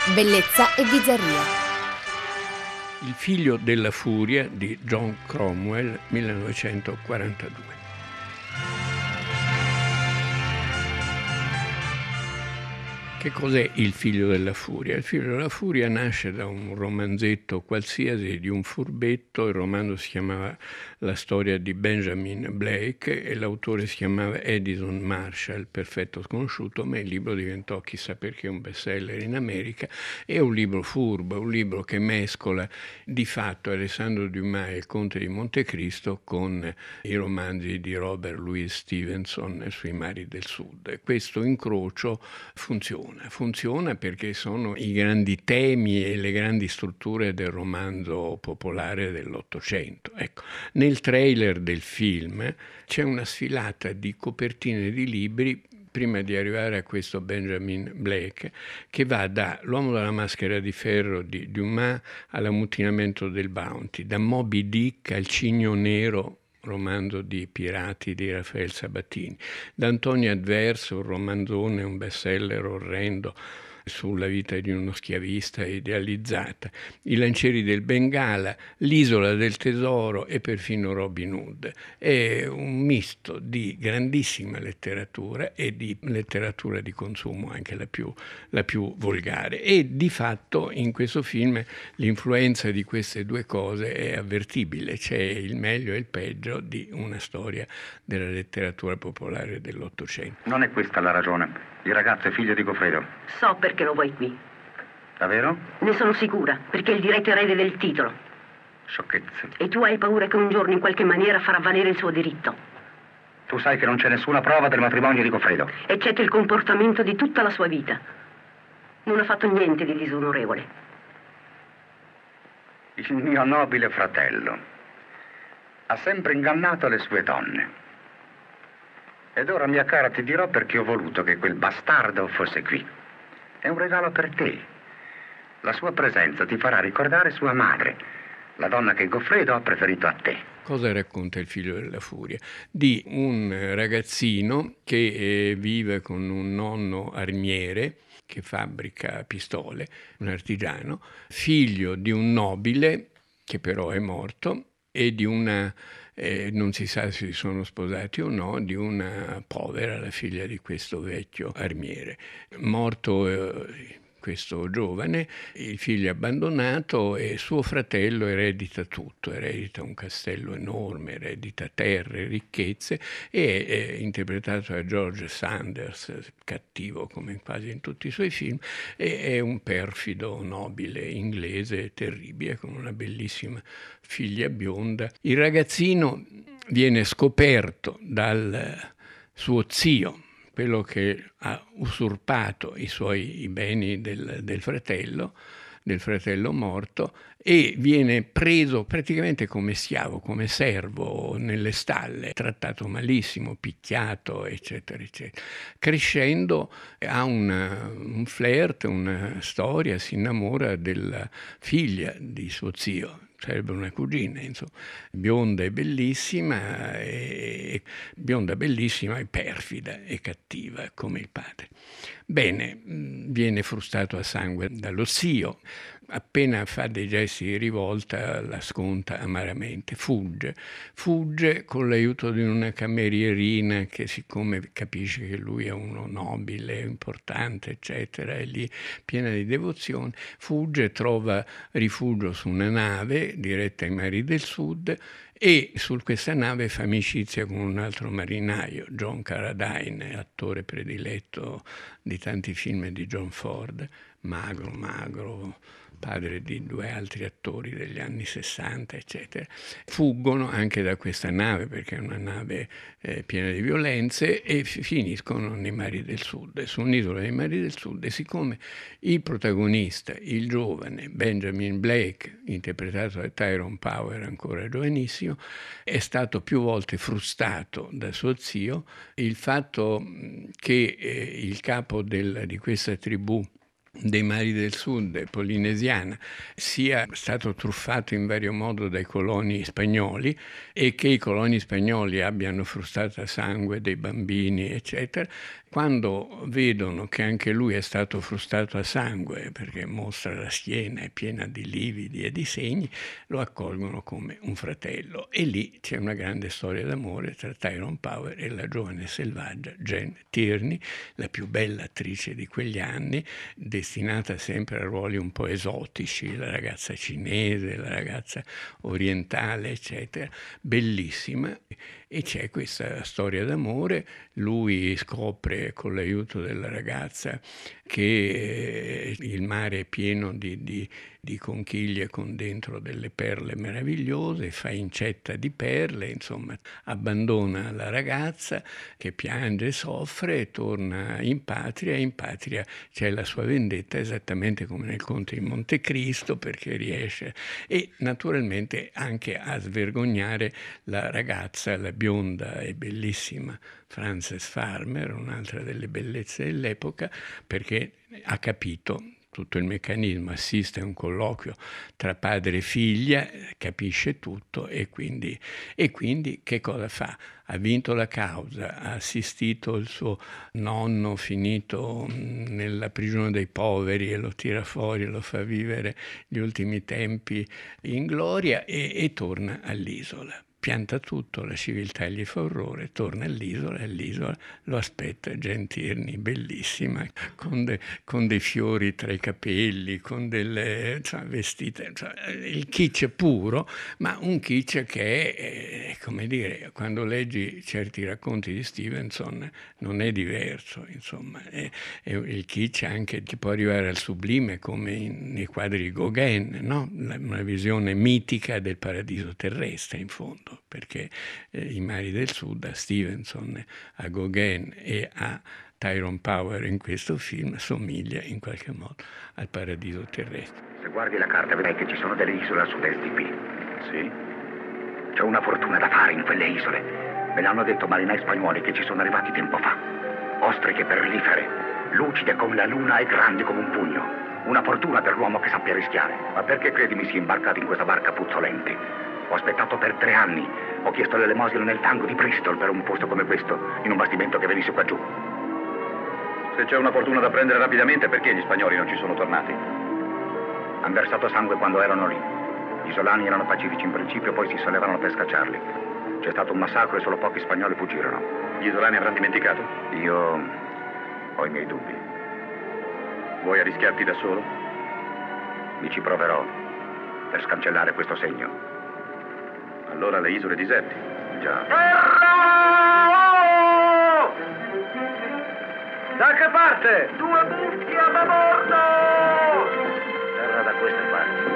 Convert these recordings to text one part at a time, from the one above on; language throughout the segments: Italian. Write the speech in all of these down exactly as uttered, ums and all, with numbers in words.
Bellezza e bizzarria. Il figlio della furia di John Cromwell, millenovecentoquarantadue. Che cos'è il figlio della furia? Il figlio della furia nasce da un romanzetto qualsiasi di un furbetto. Il romanzo si chiamava La storia di Benjamin Blake e l'autore si chiamava Edison Marshall, perfetto sconosciuto, ma il libro diventò chissà perché un bestseller in America. È un libro furbo, un libro che mescola di fatto Alessandro Dumas e il Conte di Montecristo con i romanzi di Robert Louis Stevenson sui mari del sud. E questo incrocio funziona. Funziona perché sono i grandi temi e le grandi strutture del romanzo popolare dell'Ottocento. Ecco, nel trailer del film c'è una sfilata di copertine di libri prima di arrivare a questo Benjamin Blake, che va da L'uomo dalla maschera di ferro di Dumas all'ammutinamento del Bounty, da Moby Dick al Cigno Nero, romanzo di pirati di Raffaele Sabatini, da Antonio Adverso, un romanzone, un bestseller orrendo sulla vita di uno schiavista idealizzata, I lancieri del Bengala, L'isola del tesoro e perfino Robin Hood. È un misto di grandissima letteratura e di letteratura di consumo, anche la più, la più volgare. E di fatto in questo film l'influenza di queste due cose è avvertibile. C'è il meglio e il peggio di una storia della letteratura popolare dell'Ottocento. Non è questa la ragione. Il ragazzo è figlio di Goffredo. So perché lo vuoi qui. Davvero? Ne sono sicura, perché è il diretto erede del titolo. Sciocchezze. E tu hai paura che un giorno in qualche maniera farà valere il suo diritto. Tu sai che non c'è nessuna prova del matrimonio di Goffredo. Eccetto il comportamento di tutta la sua vita. Non ha fatto niente di disonorevole. Il mio nobile fratello ha sempre ingannato le sue donne. Ed ora, mia cara, ti dirò perché ho voluto che quel bastardo fosse qui. È un regalo per te. La sua presenza ti farà ricordare sua madre, la donna che Goffredo ha preferito a te. Cosa racconta il figlio della furia? Di un ragazzino che eh, vive con un nonno armiere che fabbrica pistole, un artigiano, figlio di un nobile che però è morto e di una... Eh, non si sa se si sono sposati o no, di una povera, la figlia di questo vecchio armiere. Morto eh, questo giovane, il figlio è abbandonato e suo fratello eredita tutto, eredita un castello enorme, eredita terre, ricchezze e è interpretato da George Sanders, cattivo come quasi in tutti i suoi film, e è un perfido nobile inglese terribile con una bellissima figlia bionda. Il ragazzino viene scoperto dal suo zio, quello che ha usurpato i suoi i beni del, del fratello, del fratello morto, e viene preso praticamente come schiavo, come servo nelle stalle, trattato malissimo, picchiato, eccetera, eccetera. Crescendo ha una, un flirt, una storia, si innamora della figlia di suo zio, sarebbe una cugina, insomma, bionda e bellissima, e bionda bellissima e perfida e cattiva come il padre. Bene, viene frustato a sangue dallo zio, appena fa dei gesti di rivolta la sconta amaramente, fugge, fugge con l'aiuto di una camerierina che, siccome capisce che lui è uno nobile, importante, eccetera, è lì piena di devozione, fugge, trova rifugio su una nave diretta ai mari del sud e su questa nave fa amicizia con un altro marinaio, John Carradine, attore prediletto di tanti film di John Ford, magro, magro, padre di due altri attori degli anni sessanta, eccetera. Fuggono anche da questa nave perché è una nave eh, piena di violenze e f- finiscono nei mari del sud, su un'isola dei mari del sud. E siccome il protagonista, il giovane Benjamin Blake, interpretato da Tyrone Power, ancora giovanissimo, è stato più volte frustato da suo zio, il fatto che eh, il capo del, di questa tribù dei Mari del Sud, polinesiana, sia stato truffato in vario modo dai coloni spagnoli e che i coloni spagnoli abbiano frustato a sangue dei bambini, eccetera, quando vedono che anche lui è stato frustato a sangue, perché mostra la schiena è piena di lividi e di segni, lo accolgono come un fratello. E lì c'è una grande storia d'amore tra Tyrone Power e la giovane selvaggia Jane Tierney, la più bella attrice di quegli anni, destinata sempre a ruoli un po' esotici, la ragazza cinese, la ragazza orientale, eccetera, bellissima. E c'è questa storia d'amore, lui scopre con l'aiuto della ragazza che il mare è pieno di, di, di conchiglie con dentro delle perle meravigliose, fa incetta di perle, insomma abbandona la ragazza che piange e soffre e torna in patria. In patria c'è la sua vendetta esattamente come nel Conte di Montecristo, perché riesce e naturalmente anche a svergognare la ragazza, la bionda e bellissima Frances Farmer, un'altra delle bellezze dell'epoca, perché ha capito tutto il meccanismo, assiste a un colloquio tra padre e figlia, capisce tutto e quindi, e quindi che cosa fa? Ha vinto la causa, ha assistito il suo nonno finito nella prigione dei poveri e lo tira fuori e lo fa vivere gli ultimi tempi in gloria e, e torna all'isola. Pianta tutto, la civiltà gli fa orrore, torna all'isola e all'isola lo aspetta Jane Tierney, bellissima, con, de, con dei fiori tra i capelli, con delle cioè, vestite, cioè, il kitsch puro, ma un kitsch che è, è, come dire, quando leggi certi racconti di Stevenson non è diverso, insomma, è, è il kitsch anche che può arrivare al sublime come in, nei quadri di Gauguin, no? Una visione mitica del paradiso terrestre in fondo. Perché eh, i Mari del Sud a Stevenson, a Gauguin e a Tyrone Power in questo film somiglia in qualche modo al paradiso terrestre. Se guardi la carta vedrai che ci sono delle isole a sud-est di qui. Sì? C'è una fortuna da fare in quelle isole. Me l'hanno detto marinai spagnoli che ci sono arrivati tempo fa. Ostriche perlifere, lucide come la luna e grandi come un pugno. Una fortuna per l'uomo che sappia rischiare. Ma perché credi mi sia imbarcato in questa barca puzzolente? Ho aspettato per tre anni. Ho chiesto l'elemosina nel tango di Bristol per un posto come questo, in un bastimento che venisse qua giù. Se c'è una fortuna da prendere rapidamente, perché gli spagnoli non ci sono tornati? Han versato sangue quando erano lì. Gli isolani erano pacifici in principio, poi si sollevano per scacciarli. C'è stato un massacro e solo pochi spagnoli fuggirono. Gli isolani avranno dimenticato? Io ho i miei dubbi. Vuoi arrischiarti da solo? Mi ci proverò per scancellare questo segno. Allora le isole diserte. Già. Terra! Da che parte? Due buchi a babordo! Terra da queste parti.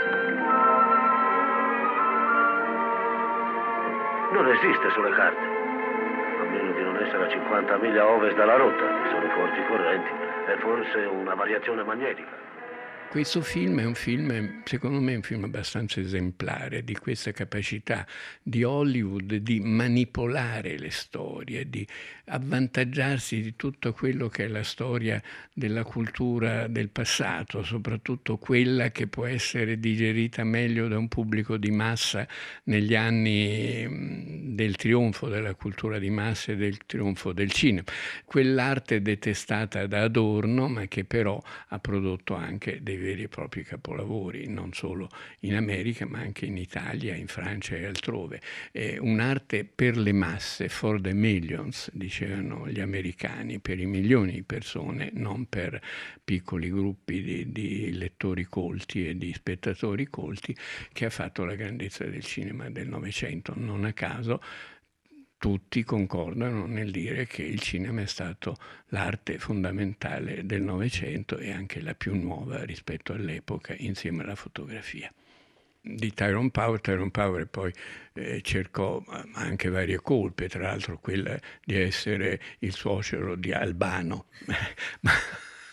Non esiste sulle carte. A meno di non essere a cinquanta miglia a ovest dalla rotta, ci sono forti correnti e forse una variazione magnetica. Questo film è un film, secondo me, è un film abbastanza esemplare di questa capacità di Hollywood di manipolare le storie, di avvantaggiarsi di tutto quello che è la storia della cultura del passato, soprattutto quella che può essere digerita meglio da un pubblico di massa negli anni del trionfo della cultura di massa e del trionfo del cinema. Quell'arte detestata da Adorno, ma che però ha prodotto anche dei veri e propri capolavori, non solo in America ma anche in Italia, in Francia e altrove. È un'arte per le masse, for the millions, dicevano gli americani, per i milioni di persone, non per piccoli gruppi di, di lettori colti e di spettatori colti, che ha fatto la grandezza del cinema del Novecento. Non a caso tutti concordano nel dire che il cinema è stato l'arte fondamentale del Novecento e anche la più nuova rispetto all'epoca, insieme alla fotografia. Di Tyrone Power, Tyrone Power poi eh, cercò anche varie colpe, tra l'altro quella di essere il suocero di Albano. Ma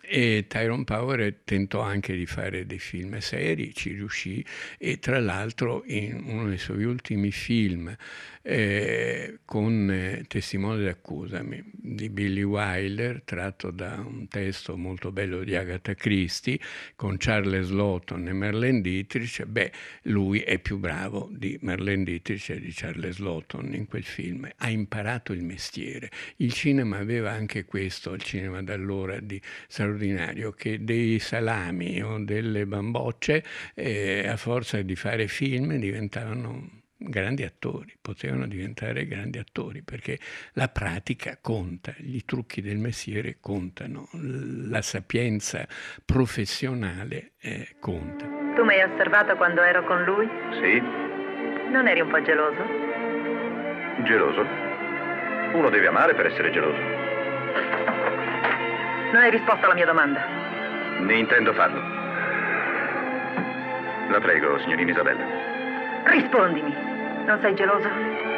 E Tyrone Power tentò anche di fare dei film seri, ci riuscì, e tra l'altro in uno dei suoi ultimi film eh, con eh, Testimone d'accusami di Billy Wilder, tratto da un testo molto bello di Agatha Christie, con Charles Lawton e Marlene Dietrich, beh, lui è più bravo di Marlene Dietrich e di Charles Lawton in quel film. Ha imparato il mestiere. Il cinema aveva anche questo, il cinema d'allora di straordinario, che dei salami o delle bambocce eh, a forza di fare film diventavano grandi attori, potevano diventare grandi attori, perché la pratica conta, i trucchi del mestiere contano, la sapienza professionale eh, conta. Tu mi hai osservato quando ero con lui? Sì. Non eri un po' geloso? Geloso? Uno deve amare per essere geloso. Non hai risposto alla mia domanda. Ne intendo farlo. La prego, signorina Isabella. Rispondimi. Non sei geloso?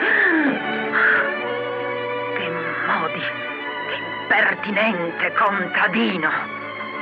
Che modi, che impertinente contadino.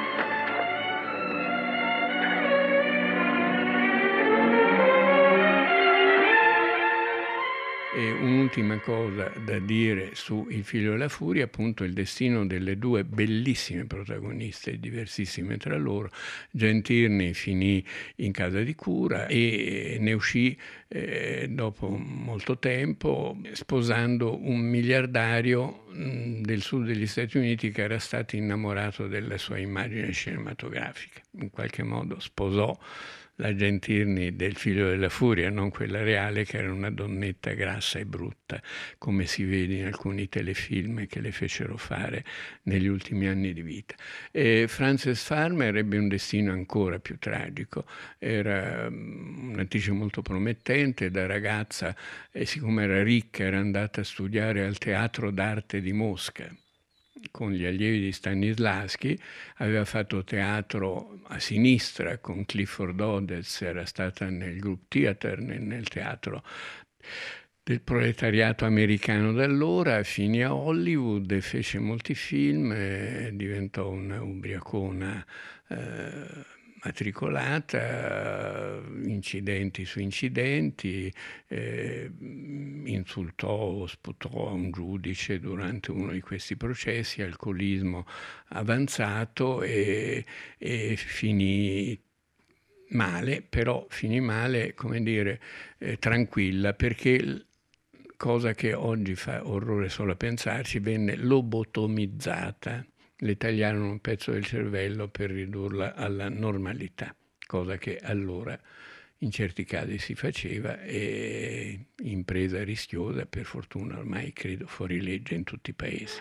E un'ultima cosa da dire su Il figlio della furia, appunto il destino delle due bellissime protagoniste, diversissime tra loro. Jane Tierney finì in casa di cura e ne uscì eh, dopo molto tempo sposando un miliardario mh, del sud degli Stati Uniti che era stato innamorato della sua immagine cinematografica. In qualche modo sposò la Jane Tierney del figlio della furia, non quella reale, che era una donnetta grassa e brutta, come si vede in alcuni telefilm che le fecero fare negli ultimi anni di vita. E Frances Farmer ebbe un destino ancora più tragico. Era un'attrice molto promettente, da ragazza, e siccome era ricca era andata a studiare al Teatro d'Arte di Mosca con gli allievi di Stanislavski, aveva fatto teatro a sinistra con Clifford Odets, era stata nel Group Theater, nel, nel teatro del proletariato americano d'allora, finì a Hollywood e fece molti film, e diventò una ubriacona eh, matricolata, incidenti su incidenti, eh, insultò o sputò a un giudice durante uno di questi processi, alcolismo avanzato e, e finì male, però finì male, come dire, eh, tranquilla, perché cosa che oggi fa orrore solo a pensarci, venne lobotomizzata. Le tagliarono un pezzo del cervello per ridurla alla normalità, cosa che allora in certi casi si faceva, e impresa rischiosa, per fortuna ormai credo fuori legge in tutti i paesi.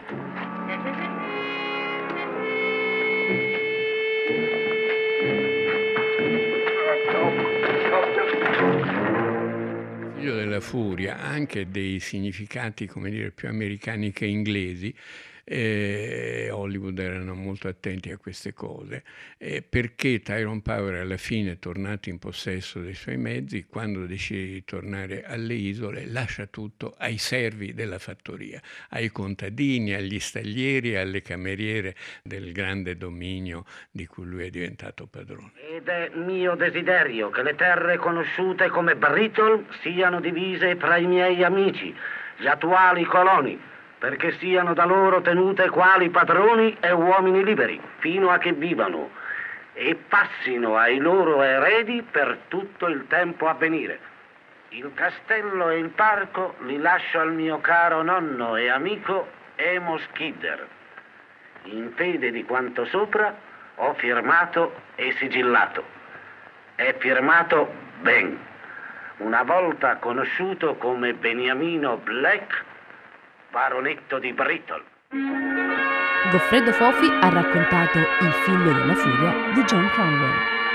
Il figlio della furia ha anche dei significati, come dire, più americani che inglesi. E Hollywood erano molto attenti a queste cose, e perché Tyrone Power alla fine è tornato in possesso dei suoi mezzi, quando decide di tornare alle isole lascia tutto ai servi della fattoria, ai contadini, agli staglieri, alle cameriere del grande dominio di cui lui è diventato padrone. Ed è mio desiderio che le terre conosciute come Brittle siano divise fra i miei amici, gli attuali coloni, perché siano da loro tenute quali padroni e uomini liberi, fino a che vivano, e passino ai loro eredi per tutto il tempo a venire. Il castello e il parco li lascio al mio caro nonno e amico Amos Kidder. In fede di quanto sopra ho firmato e sigillato. È firmato Ben, una volta conosciuto come Beniamino Black, baronetto di Brittle. Goffredo Fofi ha raccontato Il figlio della furia di John Cromwell.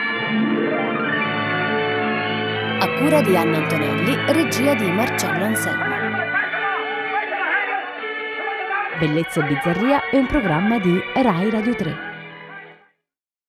A cura di Anna Antonelli, regia di Marcello Anselmo. Bellezza e bizzarria è un programma di Rai Radio tre.